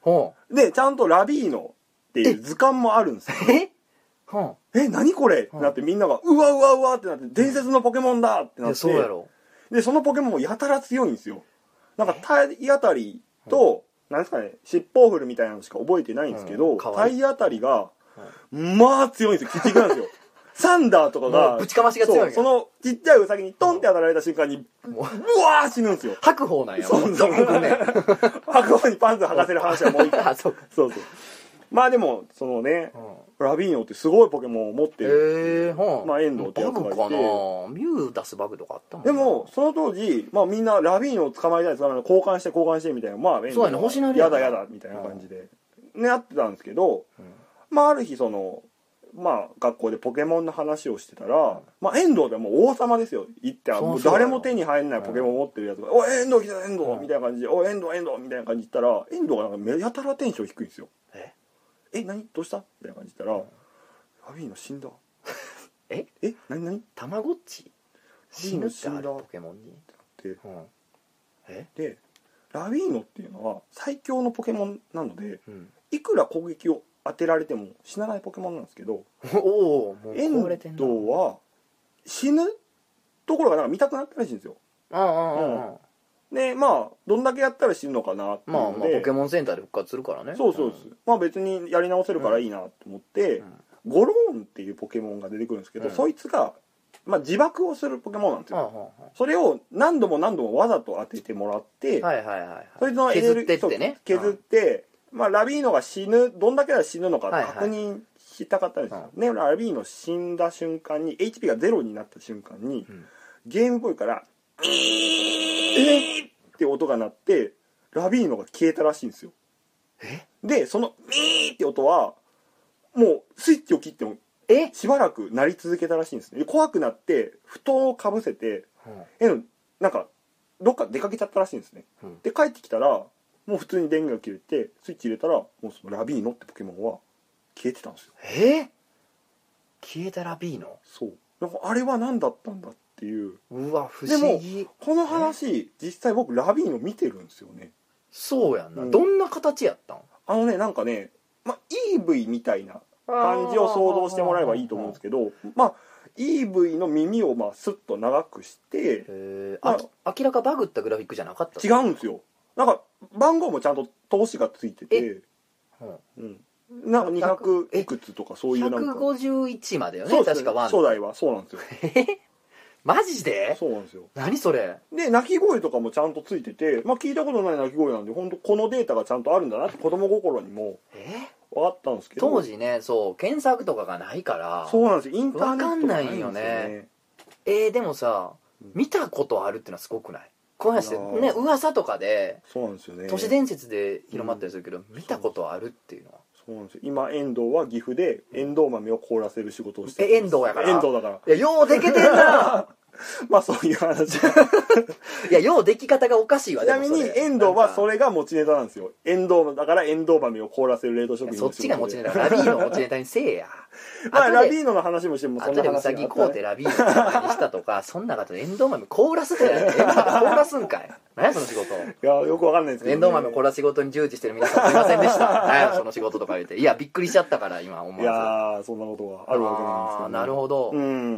ほでちゃんとラビーノっていう図鑑もあるんですよ。 えはえ何これってなってみんながうわうわうわってなって伝説のポケモンだってなって、 そうやろ。 でそのポケモンもやたら強いんですよ。なんか体当たりと、なんですかね、尻尾を振るみたいなのしか覚えてないんですけど、 うん、体当たりが、まあ強いんですよ。鬼畜なんですよ。サンダーとかがぶちかましが強い。 そのちっちゃいウサギにトンって当たられた瞬間にうわー死ぬんですよ。 白鵬なんや。 そうそうね。白鵬にパンツ履かせる話はもういいから。そうそうそう。まあでもそのね、うん、ラビーノってすごいポケモンを持ってる。 えー、はあ、まあ遠藤ってやつがいて。 バグかな。ミュウ出すバグとかあったもん。 でもその当時、まあみんなラビーノを捕まえたい捕まえたい交換して交換してみたいな、まあ遠藤はやだやだみたいな感じで、ね、やってたんですけど、うん、まあある日その。まあ学校でポケモンの話をしてたら、まあ遠藤でもう王様ですよ。言ってもう誰も手に入らないポケモンを持ってるやつが「おい遠藤来た遠藤」みたいな感じで「おい遠藤遠藤」みたいな感じで言ったら遠藤がなんか目やたらテンション低いんですよ。ええ何どうしたみたいな感じで言ったら「ラビーノ死んだ」 ええ何何たまごっち死ぬってあるポケモンにってなって、 うん、えでラビーノっていうのは最強のポケモンなので、うん、いくら攻撃を当てられても死なないポケモンなんですけど、 おお遠藤は死ぬところがなんか見たくなったらしいんですよ。 ああああ、 うん、でまあどんだけやったら死ぬのかなっていうので、 まあまあポケモンセンターで復活するからね。 そうそうです、うん、まあ別にやり直せるからいいなと思って、うん、ゴローンっていうポケモンが出てくるんですけど、うん、そいつが、まあ、自爆をするポケモンなんですよ、うん、それを何度も何度もわざと当ててもらって、 はいはいはいはい、 そいつのエネルギー削ってってね削って、うん、まあ、ラビーノが死ぬどんだけは死ぬのか確認したかったんですよ、はいはい、ね、ラビーノ死んだ瞬間に エイチピー がゼロになった瞬間に、うん、ゲームボーイから「えー!」って音が鳴ってラビーノが消えたらしいんですよ。 えでその「ミー!」って音はもうスイッチを切ってもしばらく鳴り続けたらしいんですね。怖くなって布団をかぶせて、うん、なんかどっか出かけちゃったらしいんですね、うん、で帰ってきたらもう普通に電源が切れてスイッチ入れたらもうそのラビーノってポケモンは消えてたんですよ。 えー、消えたラビーノ。 そうなんかあれは何だったんだっていう。 うわ不思議。 でもこの話実際僕ラビーノ見てるんですよね。 そうやんな、うん、どんな形やったん。 あのねなんかね、まあ、イーブイ みたいな感じを想像してもらえばいいと思うんですけど、まあ イーブイ の耳をまあスッと長くして、 へ、まあ、明らかバグったグラフィックじゃなかった。 違うんですよ。なんか番号もちゃんと通しがついてて、うん、なんかにひゃくいくつとかそういうなんかひゃくごじゅういちまでよね、確かワン初代はそうなんですよ。 マジで？ そうなんですよ。 何それで鳴き声とかもちゃんとついてて、まあ聞いたことない鳴き声なんで本当このデータがちゃんとあるんだなって子供心にも分かったんですけど、 当時ねそう検索とかがないからそうなんですよ。インターネットがないんですよね。分かんないよね。 えー、でもさ見たことあるってのはすごくない？この話ってね噂とかでそうなんですよね。 都市伝説で広まったりするけど、うん、見たことあるっていうのはそうなんですよ。今遠藤は岐阜でエンドウ豆を凍らせる仕事をしてる。え遠藤やから遠藤だから。 いやようでけてんな。 まあそういう話。 いやようでき方がおかしいわ。 ちなみに遠藤はそれが持ちネタなんですよ。遠藤だからエンドウ豆を凍らせる冷凍食品の仕事で。そっちが持ちネタ。ラビーノ持ちネタにせえや。 まあラビーノの話もしてもそんな話があったね。後でウサギ買うてラビーノの話にしたとかそんな方エンドウ豆凍らすってやつ。凍らすんかい。何やその仕事。 いやよくわかんないですけど、ね、 エンドウ豆凍らす仕事に従事してる皆さんすいませんでした。何やその仕事とか言っていやびっくりしちゃったから今思わず。 いやそんなことがあるわけなんですけど、ね、 あなるほど、 うん、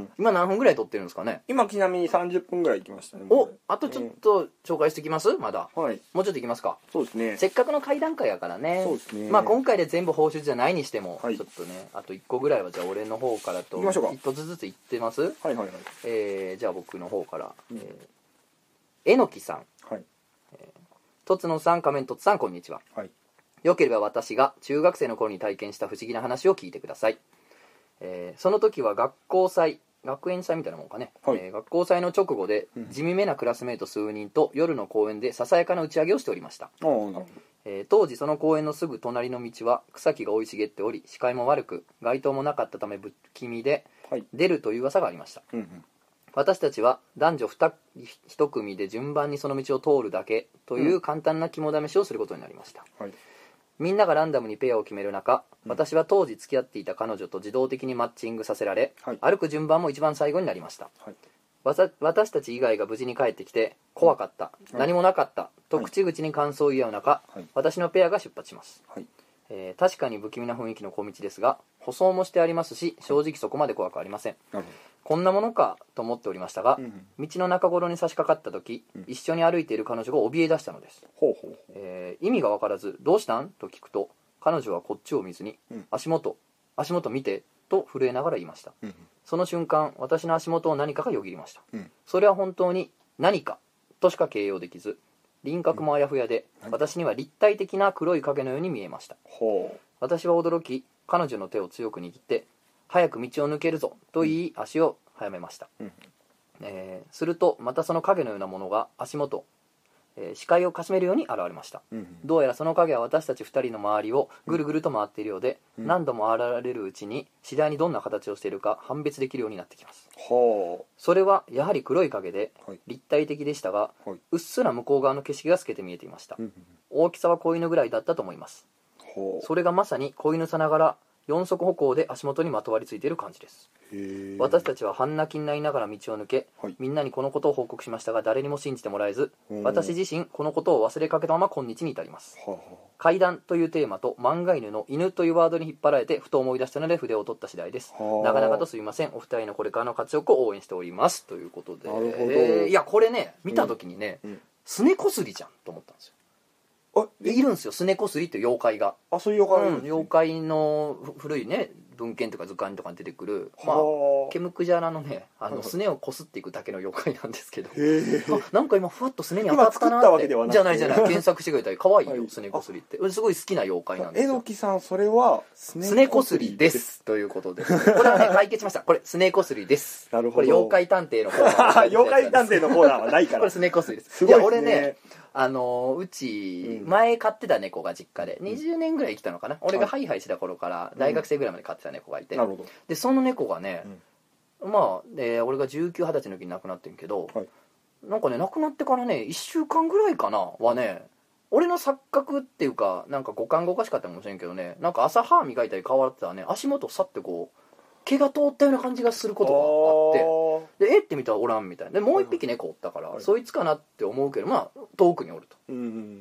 今何分ぐらい撮ってるんですかね。 今ちなみにさんじゅっぷんぐらい行きましたね。 おあとちょっと紹介してきます、まだ、 はい、 もうちょっといきますか。 そうですね。 せっかくの会談会やからね。 そうですね。 まあ今回で全部報酬じゃないにしても、はい、ちょっとねあといっこぐらいはじゃあ俺の方からとひとつずつ言ってます。はいはいはい。 えー、じゃあ僕の方から、うん、えー、えのきさん、 はい、 えー、とつのさん、仮面とつさんこんにちは。 はい。 よければ私が中学生の頃に体験した不思議な話を聞いてください。えー、その時は学校祭学園祭みたいなもんかね、はい、えー、学校祭の直後で、うん、地味めなクラスメート数人と夜の公園でささやかな打ち上げをしておりました。 あ、なるほど。 えー、当時その公園のすぐ隣の道は草木が生い茂っており視界も悪く街灯もなかったため不気味で、はい、出るという噂がありました。うんうん、私たちは男女一組で順番にその道を通るだけという簡単な肝試しをすることになりました。はい、みんながランダムにペアを決める中、うん、私は当時付き合っていた彼女と自動的にマッチングさせられ、はい、歩く順番も一番最後になりました。はい、 わた私たち以外が無事に帰ってきて怖かった、うん、何もなかったと口々に感想を言い合う中、はい、私のペアが出発します、はい、えー、確かに不気味な雰囲気の小道ですが舗装もしてありますし正直そこまで怖くありません、うん、こんなものかと思っておりましたが、うん、道の中頃に差し掛かった時、うん、一緒に歩いている彼女が怯え出したのです、ほうほうほう、えー、意味が分からずどうしたんと聞くと彼女はこっちを見ずに、うん、足元足元見てと震えながら言いました、うん、その瞬間私の足元を何かがよぎりました、うん、それは本当に何かとしか形容できず輪郭もあやふやで、うん、私には立体的な黒い影のように見えました、ほう、私は驚き彼女の手を強く握って早く道を抜けるぞと言い、うん、足を早めました、うん、えー、するとまたその影のようなものが足元、えー、視界をかしめるように現れました、うん、どうやらその影は私たちふたりの周りをぐるぐると回っているようで、うん、何度も現れるうちに次第にどんな形をしているか判別できるようになってきます、はあ、それはやはり黒い影で立体的でしたが、はい、うっすら向こう側の景色が透けて見えていました、うん、大きさは子犬ぐらいだったと思います、はあ、それがまさに子犬さながら四足歩行で足元にまとわりついている感じです。へ、私たちは半泣きになりながら道を抜け、はい、みんなにこのことを報告しましたが誰にも信じてもらえず、私自身このことを忘れかけたまま今日に至ります、はあ、怪談というテーマと漫画犬の犬というワードに引っ張られてふと思い出したので筆を取った次第です、はあ、なかなかとすいません。お二人のこれからの活躍を応援しておりますということで、なるほど、えー、いやこれね見た時にね、うんうん、すねこすりじゃんと思ったんですよ。いるんですよ、すねこすりっていう妖怪が。 あ、そういう妖怪、 うん、妖怪の古いね文献とか図鑑とかに出てくる、まあケムクジャラのねあのすねをこすっていくだけの妖怪なんですけど、なんか今ふわっとすねに当たったなって。今作ったわけではなくてじゃないじゃない検索してくれたり可愛いよ、はい、すねこすりってすごい好きな妖怪なんですよ。 えのきさんそれはすねこすりですということです。これはね解決しました。これすねこすりです。なるほど。これ妖怪探偵のコーナー妖怪探偵のコーナーはないからこれすねこすりです。すごいですね。いや俺ねあのうち前飼ってた猫が実家でにじゅうねんぐらい生きたのかな、うん、俺がハイハイしてた頃から大学生ぐらいまで飼ってた猫がいて、うん、でその猫がね、うん、まあで俺がじゅうきゅう、はたちの時に亡くなってんけど、はい、なんかね亡くなってからねいっしゅうかんぐらいかなはね俺の錯覚っていうかなんか五感がおかしかったかもしれんけどねなんか朝歯磨いたり顔洗ってたらね足元さってこう毛が通ったような感じがすることがあってでえって見たらおらんみたいなでもう一匹猫おったから、はい、そいつかなって思うけどまあ遠くにおると、うんうん、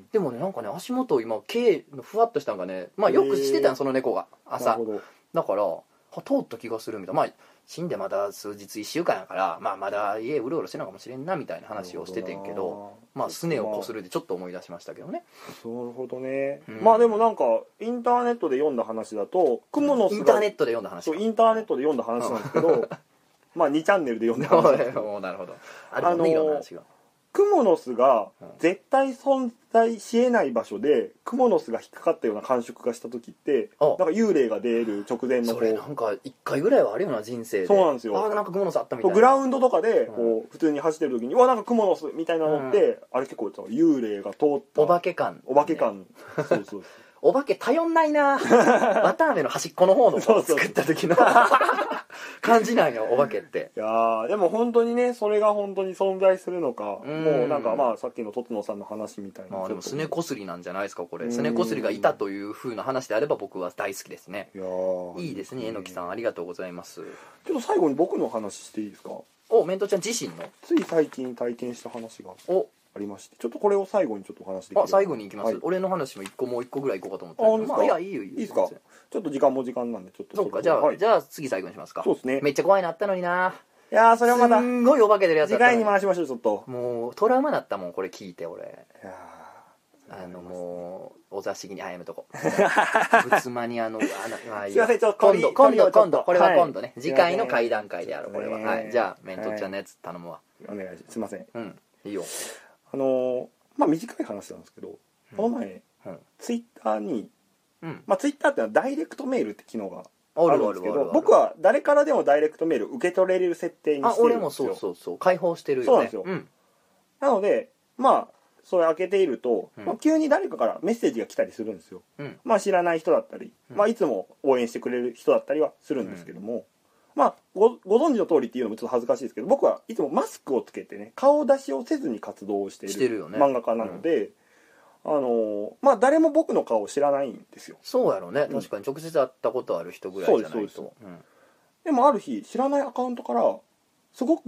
でもねなんかね足元今毛のふわっとしたんがねまあよくしてたんその猫が朝だから通った気がするみたいなまあ死んでまだ数日いっしゅうかんやからまあまだ家うろうろしてるのかもしれんなみたいな話をしててんけどまあすねをこするでちょっと思い出しましたけどね。 なるほどね、うん、まあでもなんかインターネットで読んだ話だとクモの巣がインターネットで読んだ話そうインターネットで読んだ話なんですけどまあにチャンネルで読んだ話なんですけどなるほどあるもんねいろんな話がクモの巣が絶対存在しえない場所でクモの巣が引っかかったような感触がした時ってなんか幽霊が出る直前のそれなんかいっかいぐらいはあるような人生でそうなんですよ。 あなんかクモの巣あったみたいなグラウンドとかでこう普通に走ってる時にうわなんかクモの巣みたいなのって、うん、あれ結構幽霊が通ったお化け感、ね、 お化け感そうそうそうお化け頼んないな綿あめの端っこの方の作った時の感じなんよお化けって。 いやでも本当にねそれが本当に存在するのかうんもうなんかまあさっきのとつのさんの話みたいなまあでもすねこすりなんじゃないですかこれすねこすりがいたという風な話であれば僕は大好きですね。いやいいですねえのきさんありがとうございます。 ちょっと最後に僕の話していいですか。 おメントちゃん自身のつい最近体験した話がおありましてちょっとこれを最後にちょっとお話できるあ最後に行きます、はい、俺の話も一個もう一個ぐらい行こうかと思ったんですけど、まあ、いやいいよいいよいいですか。ちょっと時間も時間なんでちょっとそうかじゃあ、はい、じゃあ次最後にしますか。 そうですね。 めっちゃ怖いなったのにないやーそれはまだすんごいお化け出るやつだった次回に回しましょうちょっともうトラウマだったもんこれ聞いて俺いやあのもうお座敷にあやめとこ仏間にあのあのすいませんちょっと今度今度今度これは今度ね、はい、次回の会談会であるこれは、はい、じゃあメントちゃんのやつ頼むわ、 はい、お願いします。すいませんうんいいよ。 あのーまあ短い話なんですけど、うん、この前、うん、ツイッターに、うんまあ、ツイッターってのはダイレクトメールって機能があるんですけど僕は誰からでもダイレクトメール受け取れる設定にしてるんですよ。あ俺もそうそうそう開放してるよね。 そうなんですよ、うん、なのでまあそれ開けていると、うんまあ、急に誰かからメッセージが来たりするんですよ、うん、まあ知らない人だったり、うんまあ、いつも応援してくれる人だったりはするんですけども、うん、まあ ご, ご存知の通りっていうのもちょっと恥ずかしいですけど僕はいつもマスクをつけてね顔出しをせずに活動をしている漫画家なので、あのー、まあ誰も僕の顔を知らないんですよ。 そうやろね、うん、確かに直接会ったことある人ぐらいじゃないと。そうですそうです、うん、 でもある日知らないアカウントからすごく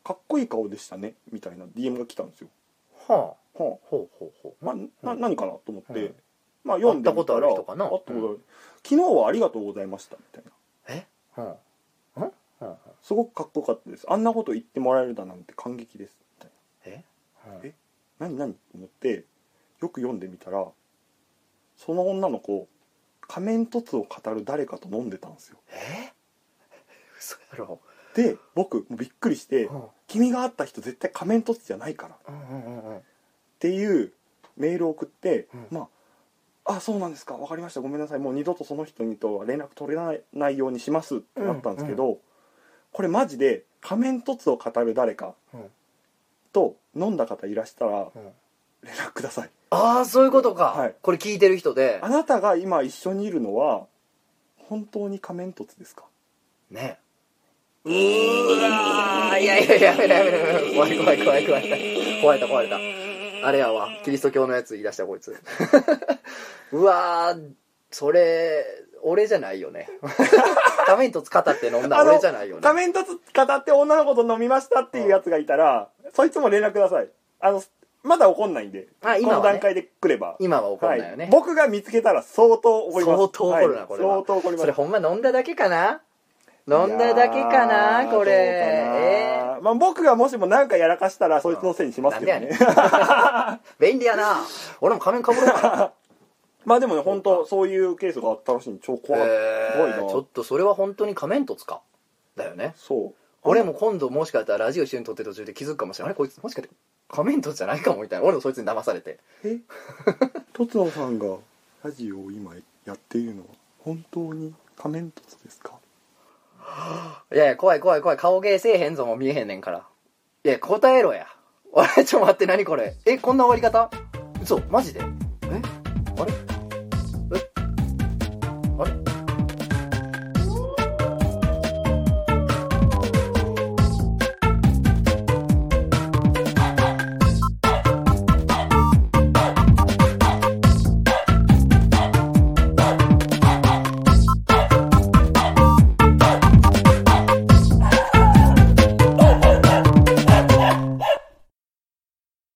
かっこいい顔でしたねみたいな ディーエム が来たんですよ。 はあ、 はあ、 ほうほうほう、 まあ、な何かなと思って、 うん、 まあ読んでみたら、 会ったことある人かな、 会ったことある、うん、昨日はありがとうございましたみたいな。 え、はあ、ん、はあ、 すごくかっこよかったです。あんなこと言ってもらえるだなんて感激ですみたいな。 え、はあ、 え、何何と思ってよく読んでみたら、その女の子仮面凸を語る誰かと飲んでたんですよ。 え嘘やろ。 で僕もうびっくりして、 うん、 君が会った人絶対仮面凸じゃないから、 うんうんうん、 っていうメールを送って、 うん、 まああ、そうなんですか、分かりました、ごめんなさい、もう二度とその人にとは連絡取れないないようにしますってなったんですけど、うんうん、これマジで仮面凸を語る誰かと飲んだ方いらしたら、うん、連絡ください。 ああ、そういうことか、はい、これ聞いてる人で、 あなたが今一緒にいるのは本当に仮面凸ですかね。うーわー、いやいやいや、やめろやめろやめろ、怖い怖い怖い怖い怖いた怖いた、あれやわ、キリスト教のやつ言い出したこいつうわー、それ俺じゃないよね仮面凸語って飲んだ俺じゃないよね。 仮面凸語って女の子と飲みましたっていうやつがいたら、うん、そいつも連絡ください。あのまだ怒んないんで、 あ、今はね、 この段階で来れば今は怒んないよね、はい、 僕が見つけたら相当怒ります。 相当怒るな、はい、これは相当怒ります。 それほんま飲んだだけかな、飲んだだけかなこれ、 えー、まあ、僕がもしも何かやらかしたらそいつのせいにしますけどね。 便利やな。俺も仮面かぶろうかなまあでもね、本当そういうケースがあったらしいん超怖い、えー、怖いな。 ちょっとそれは本当に仮面凸かだよね。 そう、 俺も今度もしかしたらラジオ一緒に撮ってる途中で気づくかもしれない。あれこいつもしかして仮面凸じゃないかもみたいな。俺もそいつに騙されて、 え凸野さんがラジオを今やっているのは本当に仮面凸ですか？ いやいや、怖い怖い怖い、顔芸せえへんぞ、もう見えへんねんから。いや、答えろや。あれ、ちょっと待って、何これ。え、こんな終わり方？嘘、マジで？え、あれ